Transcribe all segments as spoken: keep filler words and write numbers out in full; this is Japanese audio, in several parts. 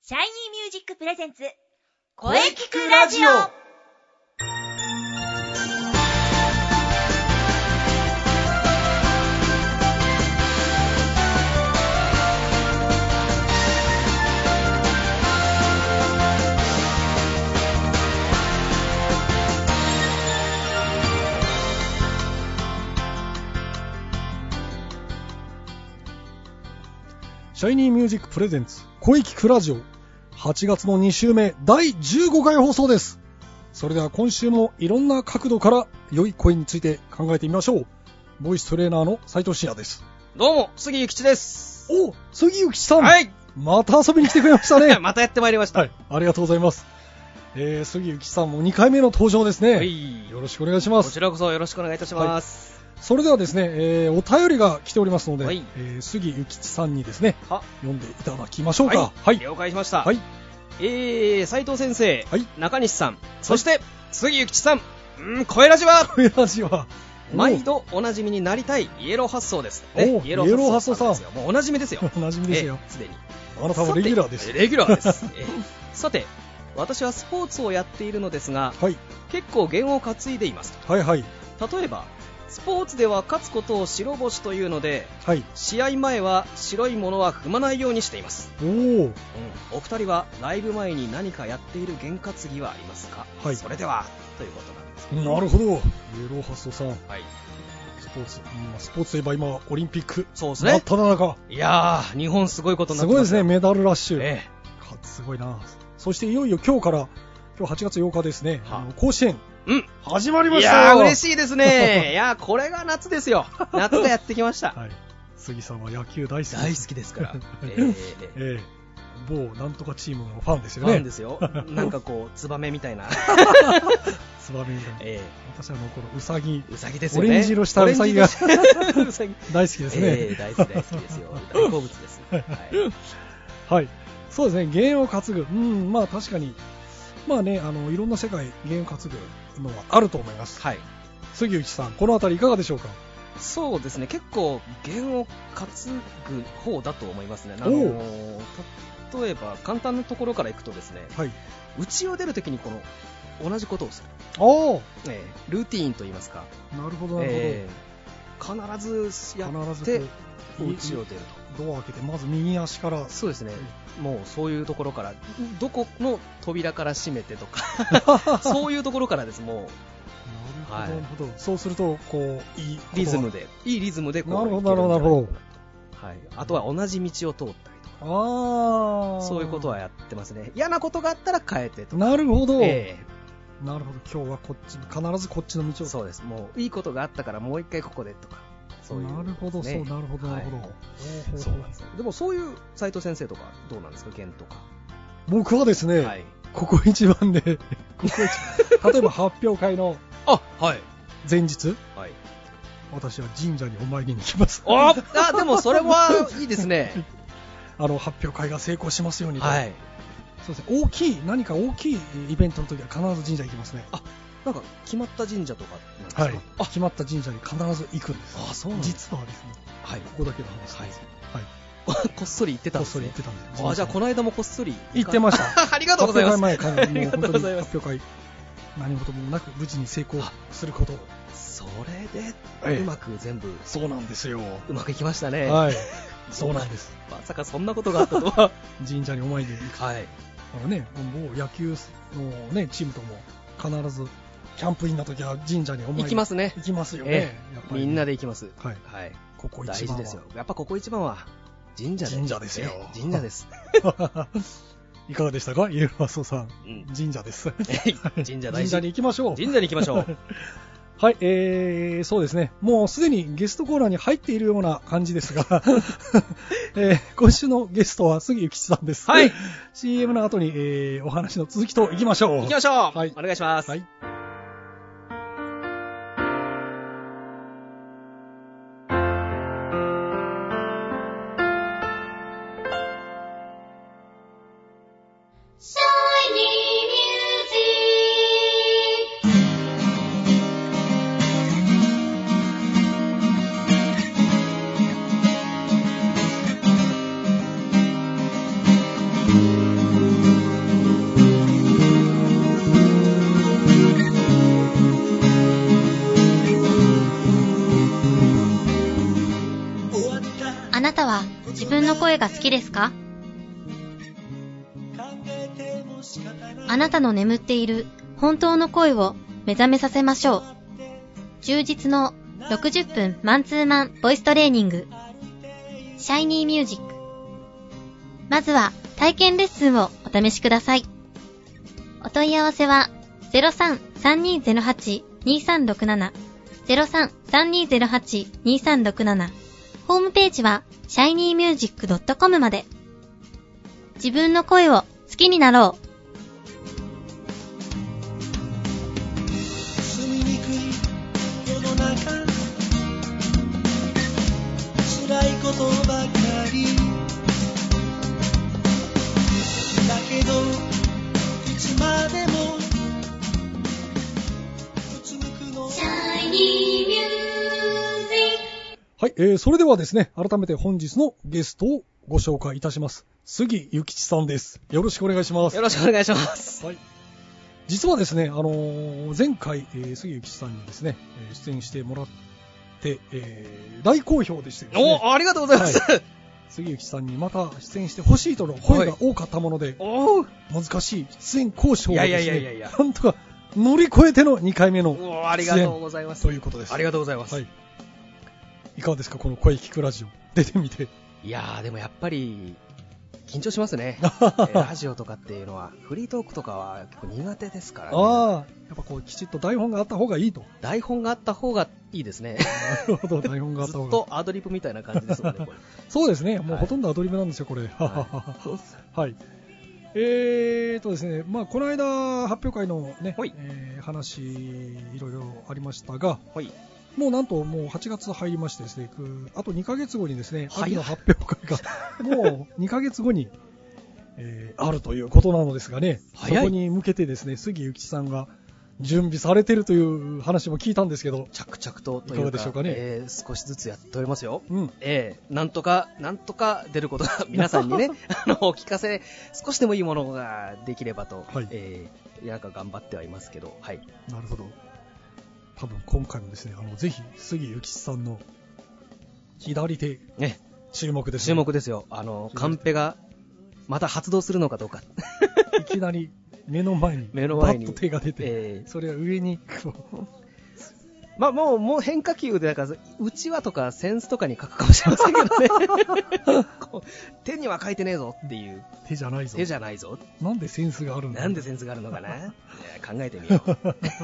シャイニーミュージックプレゼンツ声聞くラジオ。 シャイニーミュージックプレゼンツ声聞くラジオはちがつのに週目だいじゅうごかい放送です。それでは今週もいろんな角度から良い声について考えてみましょう。ボイストレーナーの斉藤慎也です。 どうも杉ゆきちです。 お、杉ゆきちさん、 はい、 また遊びに来てくれましたね。 またやってまいりました、 はい、ありがとうございます。えー、杉ゆきちさんもにかいめの登場ですね、はい、よろしくお願いします。 こちらこそよろしくお願いいたします、 はい、それではですね、えー、お便りが来ておりますので、はい、えー、杉ゆきちさんにですね読んでいただきましょうか。 はい、はい、了解しました。はい、えー、斉藤先生、はい、中西さん、そして、はい、杉ゆきちさん、うん、声ラジは声ラジは毎度おなじみになりたいイエロー発想です、 ね、イエロー発想さん、 もうおなじみですよ。 おなじみですよ、 すでにあなたはレギュラーです。 レギュラーです、えー、さて私はスポーツをやっているのですが、はい、結構弦を担いでいます。はいはい。例えばスポーツでは勝つことを白星というので、はい、試合前は白いものは踏まないようにしています。お、うん、お二人はライブ前に何かやっている験担ぎはありますか？はい、それではということなんですけど、ね、 なるほど。イエロー発想さん、はい、スポーツ、うん、スポーツといえば今オリンピック、そうですね、真っただ中。 いやー、日本すごいことになってます。 すごいですね、メダルラッシュ、ええ、すごいな。そしていよいよ今日から今日はちがつようかですね、あの甲子園、うん、始まりましたよ。 いやー嬉しいですね。いやーこれが夏ですよ。夏がやってきました、はい、 杉さんは野球大好きです。 大好きですから、えーえー、某なんとかチームのファンですよね。 ファンですよ。なんかこうツバメみたいなツバメみたいな、えー、私はもうこのウサギ、 ウサギですよね。 オレンジ色したウサギが大好きですね、 えー、大好き大好きですよ。大好物です、はい、 はい、そうですね。弦を担ぐ、うん、まあ確かにまあね、あのいろんな世界弦を担ぐのはあると思います。はい。杉内さん、このあたりいかがでしょうか？ そうですね、結構弦を担ぐ方だと思いますね。あの例えば簡単なところからいくとですね、はい、内を出るときにこの同じことをする。おー、えー、ルーティーンと言いますか。 なるほどなるほど。えー、必ずやって内を出ると。 ドア開けてまず右足から。 そうですね、もうそういうところから、どこの扉から閉めてとかそういうところからです。もうなるほど、はい、そうするとこういいリズムでいいリズムでこう、 なるほどなるほどなるほど、 はい、あとは同じ道を通ったりとか、 あ、 そういうことはやってますね。嫌なことがあったら変えてとか。 なるほど、えー、なるほど。今日はこっち、必ずこっちの道を。 そうです。もういいことがあったからもう一回ここでとか、そういう、ね、 なるほど、そう、なるほどなるほど、はい、 そうなんです。でもそういう斉藤先生とかどうなんですか、弦とか。 僕はですね、はい、ここ一番でここ一番例えば発表会のあ、はい、 前日、はい、私は神社にお参りに行きます。 ああ、でもそれはいいですねあの発表会が成功しますようにと、はい、そうですね、大きい何か大きいイベントの時は必ず神社行きますね。あ、 なんか決まった神社とかなんですか？ はい、あ、決まった神社に必ず行くんです。 あ、そうなんです。 実はですね、はい、ここだけの話です。はい、 はい、こっそり行ってたんですね。 こっそり行ってたんです。 あ、じゃあこの間もこっそり行ってましたありがとうございます。 発表会前からもう本当に発表会何事もなく無事に成功することを。 それでうまく全部、ええ、 そうなんですよ、 うまくいきましたね。 はい、そうなんです。 まさかそんなことがあったとは神社にお参りに行く、はい、あのね、もう野球の、ね、チームとも必ずキャンプインの時は神社にお参り行きますね。 行きますよね、 ええ、やっぱりね、みんなで行きます。 はい、はい、ここ一番は大事ですよ。やっぱここ一番は神社で。 神社ですよ。 神社ですいかがでしたか、イエローソーさん、うん、神社です神社大事。 神社に行きましょう。 神社に行きましょうはい、えー、そうですね、もうすでにゲストコーナーに入っているような感じですが、えー、今週のゲストは杉ゆきちさんです。はい。シーエム の後に、えー、お話の続きといきましょう。 行きましょう。はい、お願いします。はい。 声が好きですか？あなたの眠っている本当の声を目覚めさせましょう。充実のろくじゅっぷんマンツーマンボイストレーニング、シャイニーミュージック。まずは体験レッスンをお試しください。お問い合わせは ゼロさん さんにーゼロはち にーさんろくなな ゼロさん さんにーゼロはち にーさんろくなな。ホームページは シャイニーミュージックドットコム まで。自分の声を好きになろう。 住みにくい世の中、辛いことばかりだけど、いつまでもうつむくのシャイニーミュージック。はい、えー、それではですね、改めて本日のゲストをご紹介いたします。杉ゆきちさんです。よろしくお願いします。 よろしくお願いします。 はい。実はですね、あのー、前回、えー、杉ゆきちさんにですね、出演してもらって、えー、大好評でしてですね。 お、ありがとうございます。はい、 杉ゆきちさんにまた出演してほしいとの声が多かったもので、お難しい出演交渉をですね、いやいやいやいやなんとか乗り越えてのにかいめの出演ありがとうございますということです。 ありがとうございます。はい。 いかがですか、この声聞くラジオ出てみて。 いやー、でもやっぱり緊張しますね。ラジオとかっていうのはフリートークとかは結構苦手ですからね。 ああ、やっぱこうきちっと台本があった方がいいと。 台本があった方がいいですね。 なるほど、台本があった方が。 ずっとアドリブみたいな感じですもんね、これ。 そうですね、もうほとんどアドリブなんですよ、これ。はい。はい、えーとですね、まあこの間発表会のね、えー、話いろいろありましたが、はい、もうなんともうはちがつ入りましてですね、あとにかげつごにですね、秋の発表会がもうにかげつごに、えー、あるということなのですがね、そこに向けてですね、杉ゆきちさんが準備されているという話も聞いたんですけど、 着々とというか、 いかがでしょうかね。 えー、少しずつやっておりますよ。 うん、 えー、なんとかなんとか出ることが皆さんにねあのお聞かせ、少しでもいいものができればと、はい、えー、なんか頑張ってはいますけど、はい。 なるほど。多分今回もですね、あのぜひ杉ゆきちさんの左手、ね、注目です、ね。 注目ですよ。あのカンペがまた発動するのかどうか。 いきなり目の前に目の前にバッと手が出て、 えー、 それは上にまあもうもう変化球でなんかうちわとかセンスとかに書くかもしれませんけどね。手には書いてねえぞっていう。 手じゃないぞ。 手じゃないぞ。 なんでセンスがあるんだ。 なんでセンスがあるのかな。考えてみよう。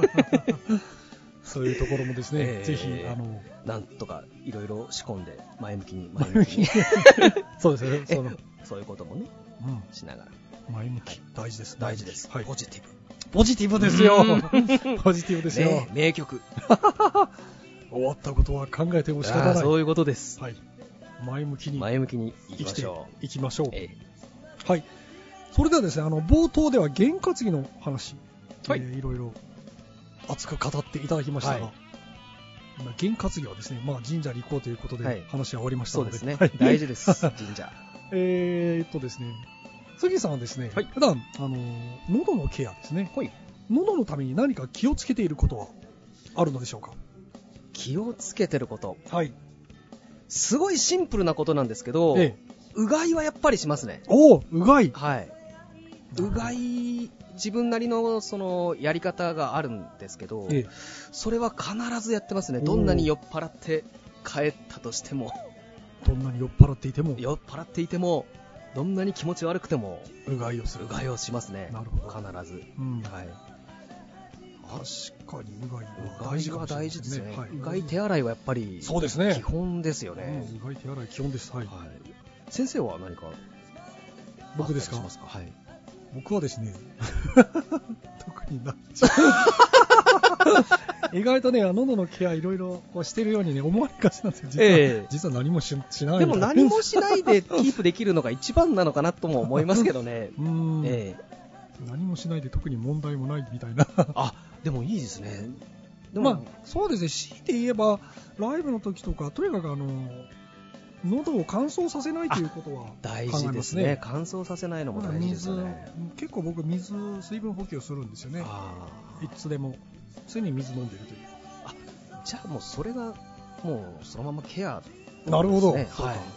そういうところもですね、えー、ぜひあのなんとかいろいろ仕込んで前向きに前向きにそうですね、そのそういうこともね、うん、しながら前向き、大事です、 大事です、はい、ポジティブポジティブですよ。ポジティブですよ、ね、 名曲。 終わったことは考えても仕方ない。 そういうことです、 はい、前向きに前向きに生きましょう。 生きましょう、えー、はい。それではですね、あの冒頭では験担ぎの話、はい、えー、いろいろ熱く語っていただきましたが、はい、験担ぎはですね、まあ、神社に行こうということで話は終わりましたので、 はい、そうですね、大事です神社。 えーっとですね、杉さんはですね、はい、普段あの喉のケアですね、はい、喉のために何か気をつけていることはあるのでしょうか。 気をつけてること、 はい、 すごいシンプルなことなんですけど、ええ、うがいはやっぱりしますね。 おお、うがい。 はい。うがい、自分なりのそのやり方があるんですけど、ええ、それは必ずやってますね。どんなに酔っ払って帰ったとしても、 どんなに酔っ払っていても、 酔っ払っていても、どんなに気持ち悪くてもうがいをする。 うがいをしますね。 なるほど。 必ず。 うん、 はい。 確かにうがいは大事かもしれないですね。うがいは大事ですね。はい、うがい手洗いはやっぱりそうですね。 基本ですよね。 うん、うがい手洗い基本です。はい。はい、 先生は何か僕ですか。 しますか。はい。 僕はですね特にな意外とね、喉のケアいろいろしてるようにね思われがちなんですよ。実は、えー、実は何も し, しない。 でも何もしないでキープできるのが一番なのかなとも思いますけどね。 うん、えー、何もしないで特に問題もないみたいな。 あ、でもいいですね。 でも、まあ、そうですね。強いて言えばライブの時とかとにかくあの喉を乾燥させないということは考えますね。 大事ですね。乾燥させないのも大事ですよね。 結構僕水水分補給をするんですよね。いつでも常に水飲んでるという。 あ、じゃあもうそれがもうそのままケア、ね、 なるほど。はい。と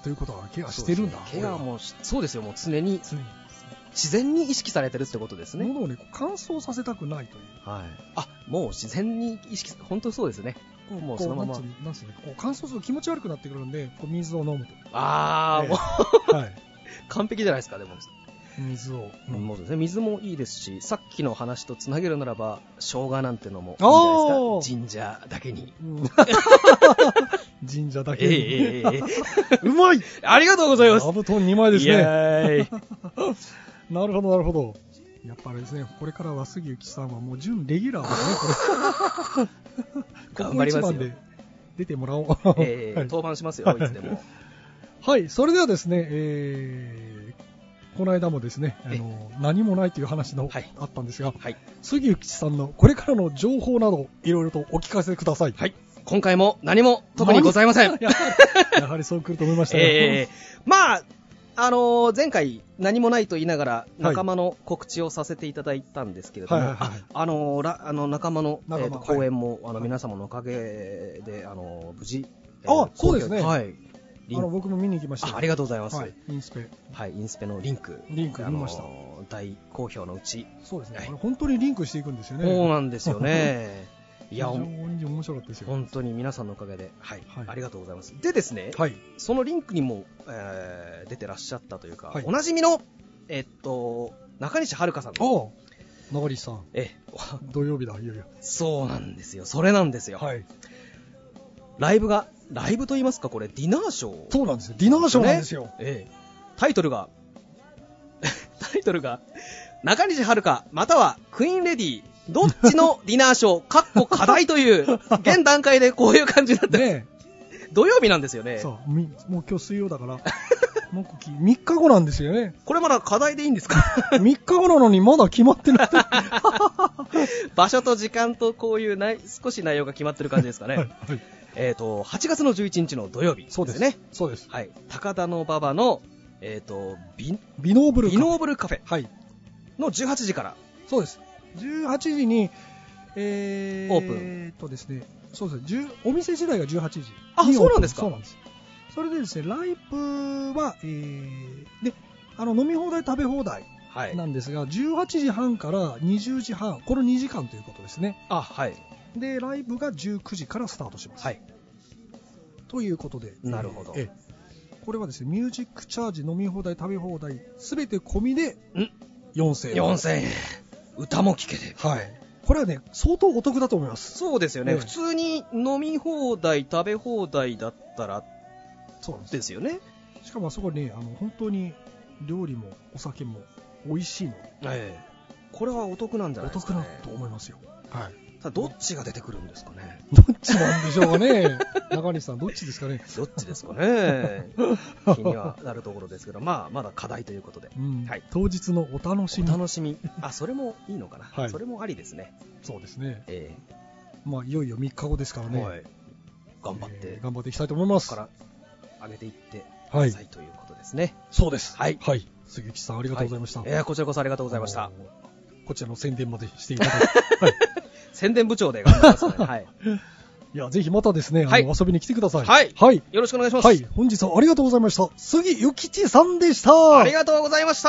ということはケアしてるんだ。 ケアもそうですよ、もう常に自然に意識されてるってことですね。 喉をね乾燥させたくないという、 はい、あもう自然に意識、本当そうですね。もうそのままなんつうなんつうね、こう乾燥すると気持ち悪くなってくるんで、こう水を飲むと。 ああ、 えもう、はい、完璧じゃないですか。でも水を飲む、 もうですね、水もいいですし、さっきの話とつなげるならば生姜なんてのもいいんじゃないですか。神社だけに、うん、 神社だけに、えーえーえー、うまい、ありがとうございます。 座布団にまいですね。 イエーイなるほどなるほど。やっぱりですね、これからは杉幸さんはもう準レギュラーですね。これ頑張りますよ。 ここ一番で出てもらおう。 えーはい、登板しますよ、いつでも。 はい、それではですね、えー、この間もですね、あの何もないという話の、はい、あったんですが、はい、杉幸さんのこれからの情報などいろいろとお聞かせください。 はい、今回も何も特にございません。 やはり、やはりそう来ると思いましたね。 えー、まああのー、前回何もないと言いながら仲間の告知をさせていただいたんですけれども、はいはいはい、あ、あのー、らあの仲間の、仲間、えーと、講演も、はい、あの皆様のおかげで、あのー、無事、 あ、えー、そうですね、 はい、 あの僕も見に行きました。 あ, ありがとうございます、はい、 インスペ、 はい、インスペのリンクリンク見ました。 大好評のうち、 そうですね、はい、本当にリンクしていくんですよね。 そうなんですよね。いや、 非常に面白かったですよ。 本当に皆さんのおかげで、はい、はい、ありがとうございます。でですね、 はい、 そのリンクにも、えー、出てらっしゃったというか、はい、おなじみの、えっと、中西遥さんの、 中西さん、 え土曜日だ、いよいよ。 そうなんですよ、それなんですよ。 はい、 ライブが、ライブと言いますか、これディナーショー、 そうなんですよ、ディナーショーなんですよ。 ええ、タイトルがタイトルが中西遥またはクイーンレディどっちのディナーショーかっこ課題という現段階でこういう感じになって、ね、土曜日なんですよね。 そうみもう今日水曜だからもうみっかごなんですよね。 これまだ課題でいいんですか？ みっかごなのにまだ決まってない場所と時間とこういうない少し内容が決まってる感じですかね。はい、はい、えーとはちがつのじゅういちにちの土曜日ですね。 そうですね。そうです。 はい、高田馬場の、えーとビビノーブルカフェ、 ビノーブルカフェ、はい、のじゅうはちじから。 そうです。じゅうはちじに、えー、 オープン。 えーとですね、そうですね、お店自体がじゅうはちじ。 あ、そうなんですか。 そうなんです。それでですね、ライブは、えー、で、あの飲み放題食べ放題なんですが、はい、じゅうはちじはんからにじゅうじはん、このにじかんということですね。 あ、はい。 で、ライブがじゅうくじからスタートします。はい。ということで、 なるほど。 えー、これはですね、ミュージックチャージ、飲み放題食べ放題すべて込みでよんせんえん。 よんせんえん。歌も聴けて、 はい、これはね相当お得だと思います。 そうですよね、ええ、普通に飲み放題食べ放題だったらそうですよね。 しかもあそこね、あの本当に料理もお酒も美味しいので、 ええ、これはお得なんじゃないですかね。 お得だと思いますよ。はい。 ただどっちが出てくるんですかね。 どっちなんでしょうかね。中西さんどっちですかね。 どっちですかね。気にはなるところですけど、まあまだ課題ということで、 うんはい、当日のお楽しみ。 お楽しみ。あ、それもいいのかな。はい、それもありですね。 そうですね。 ええ、 まあいよいよみっかごですからね。 はい、頑張って、 えー、頑張っていきたいと思います。 から上げていってください、ということですね。 そうです。 はい。 はい。杉木さんありがとうございました。 はい、えー、こちらこそありがとうございました。 こちらの宣伝までしていただいて。はい。 宣伝部長で頑張りますね。はい。 いや、ぜひまたですね、あの、はい、遊びに来てください。 はい。はい。よろしくお願いします。 はい。本日はありがとうございました。杉ゆきちさんでした。 ありがとうございました。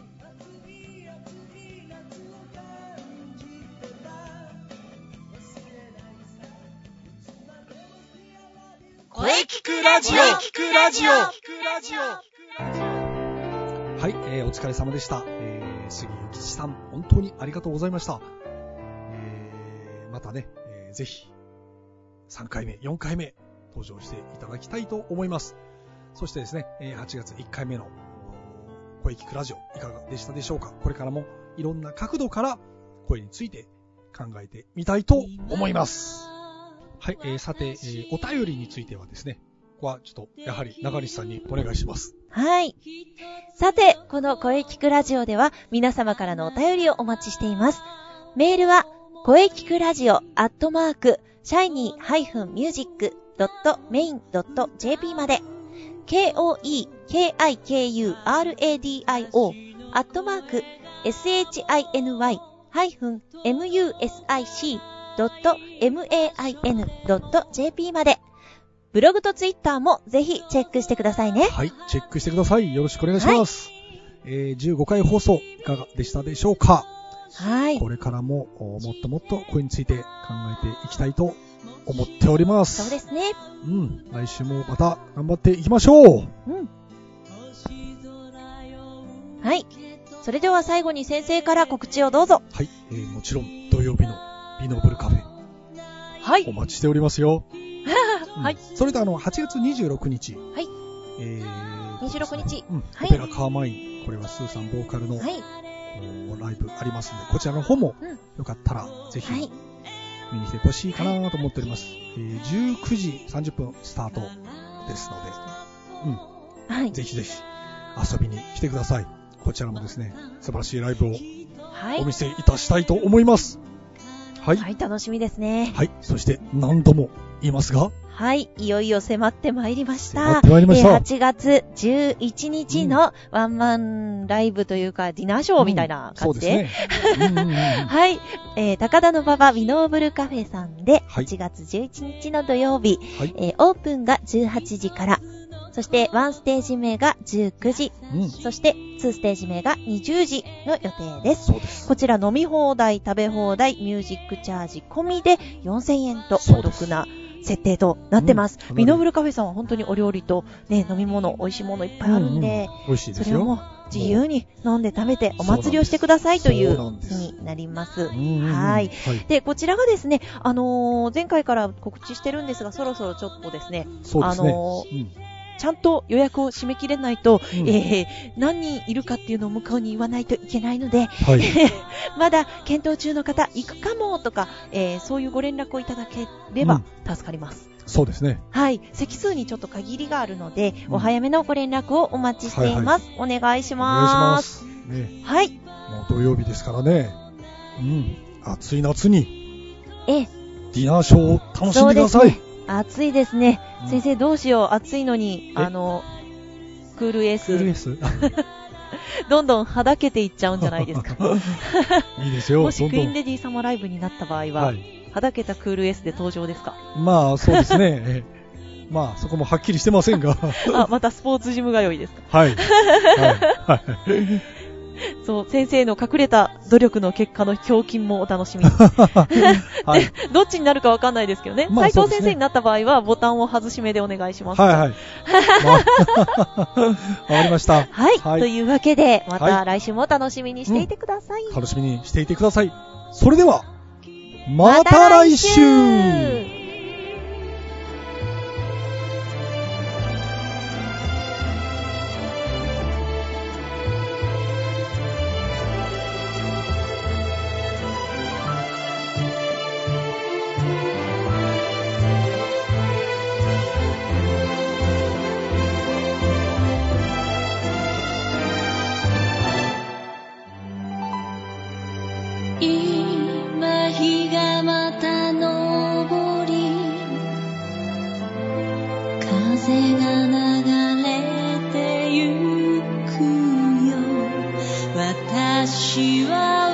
声聞くラジオ。聞くラジオ。聞くラジオ。 はい、えー、お疲れ様でした。えー、杉ゆきちさん、本当にありがとうございました。えー、またね、えー、ぜひ、さんかいめ、よんかいめ、登場していただきたいと思います。そしてですね、はちがついっかいめの声聞くラジオ、いかがでしたでしょうか。これからもいろんな角度から声について考えてみたいと思います。はい、えー、さて、えー、お便りについてはですね、ここはちょっとやはり中西さんにお願いします。 はい。さて、この声聞くラジオでは皆様からのお便りをお待ちしています。メールは声聞くラジオアットマークシャイニー ミュージック ドット メイン ドット ジェーピー まで ケーオーイーケーアイケーユーアールエーディーアイオー アットマーク シャイニー ミュージック ドット メイン ドット ジェーピー までブログとツイッターもぜひチェックしてくださいね。 はい、チェックしてください。よろしくお願いします。はい、えー、じゅうごかい放送いかがでしたでしょうか。 はい。 これからももっともっと声について考えていきたいと思っております。 そうですね。 うん。来週もまた頑張っていきましょう。うん。 はい。それでは最後に先生から告知をどうぞ。 はい。えー、もちろん土曜日のビノブルカフェ。 はい。 お待ちしておりますよ。 はい、 うん。それであの、はちがつにじゅうろくにち。 はい。 えー、 にじゅうろくにち。 うん。 はい、 オペラカーマイン。これはスーさんボーカルの、はい、ライブありますので、こちらの方も、うん、よかったらぜひ、はい見に来てほしいかなと思っております、はいえー、じゅうくじさんじゅっぷんスタートですので、うんはい、ぜひぜひ遊びに来てください。こちらもですね素晴らしいライブをお見せいたしたいと思います。はい、 はい、楽しみですね。 はい、そして何度も言いますが、 はい、いよいよ迫ってまいりました。 迫ってまいりました。 はちがつじゅういちにちのワンマンライブというか、うん、ディナーショーみたいな感じで、うん、そうですね。うんうんうん、はい、えー、高田馬場ビノーブルカフェさんで、はちがつじゅういちにちの土曜日、はいえー、オープンがじゅうはちじから、そしてワンステージ目がじゅうくじ、うん、そしてツーステージ目がにじゅうじの予定です。 そうです。 こちら飲み放題、食べ放題、ミュージックチャージ込みでよんせんえんとお得な設定となってます。うん、ビノブルカフェさんは本当にお料理とね、飲み物、美味しいものいっぱいあるんで、 うんうん、美味しいですよ。 それをもう自由に飲んで食べてお祭りをしてくださいという日になります。はい。で、こちらがですね、あのー、前回から告知してるんですが、そろそろちょっとですね、 そうですね。 あのーうんちゃんと予約を締め切れないと、うんえー、何人いるかっていうのを向こうに言わないといけないので、はい、まだ検討中の方行くかもとか、えー、そういうご連絡をいただければ助かります。 うん、そうですね。 はい。席数にちょっと限りがあるので、うん、お早めのご連絡をお待ちしています。はいはい、お願いします。 お願いします。ね、 はい。 もう土曜日ですからね。うん。暑い夏に、 え、 ディナーショーを楽しんでください。 暑いですね、うん、先生どうしよう暑いのにあのクールエースクールエースどんどんはだけていっちゃうんじゃないですかいいですよ。 もしクイーンレディー様ライブになった場合は、はい、はだけたクールエースで登場ですか。 まあそうですねまあそこもはっきりしてませんがあまたスポーツジム通いですか。 はいはい、はいそう先生の隠れた努力の結果の胸筋もお楽しみに、はい、どっちになるかわかんないですけどね、斉、まあ、藤先生になった場合はボタンを外し目でお願いします。 はいはいわかりました。 はい、はい、というわけでまた来週も楽しみにしていてください、 うん、楽しみにしていてください。それではまた来週、ま今日がまた昇り風が流れてゆくよ私は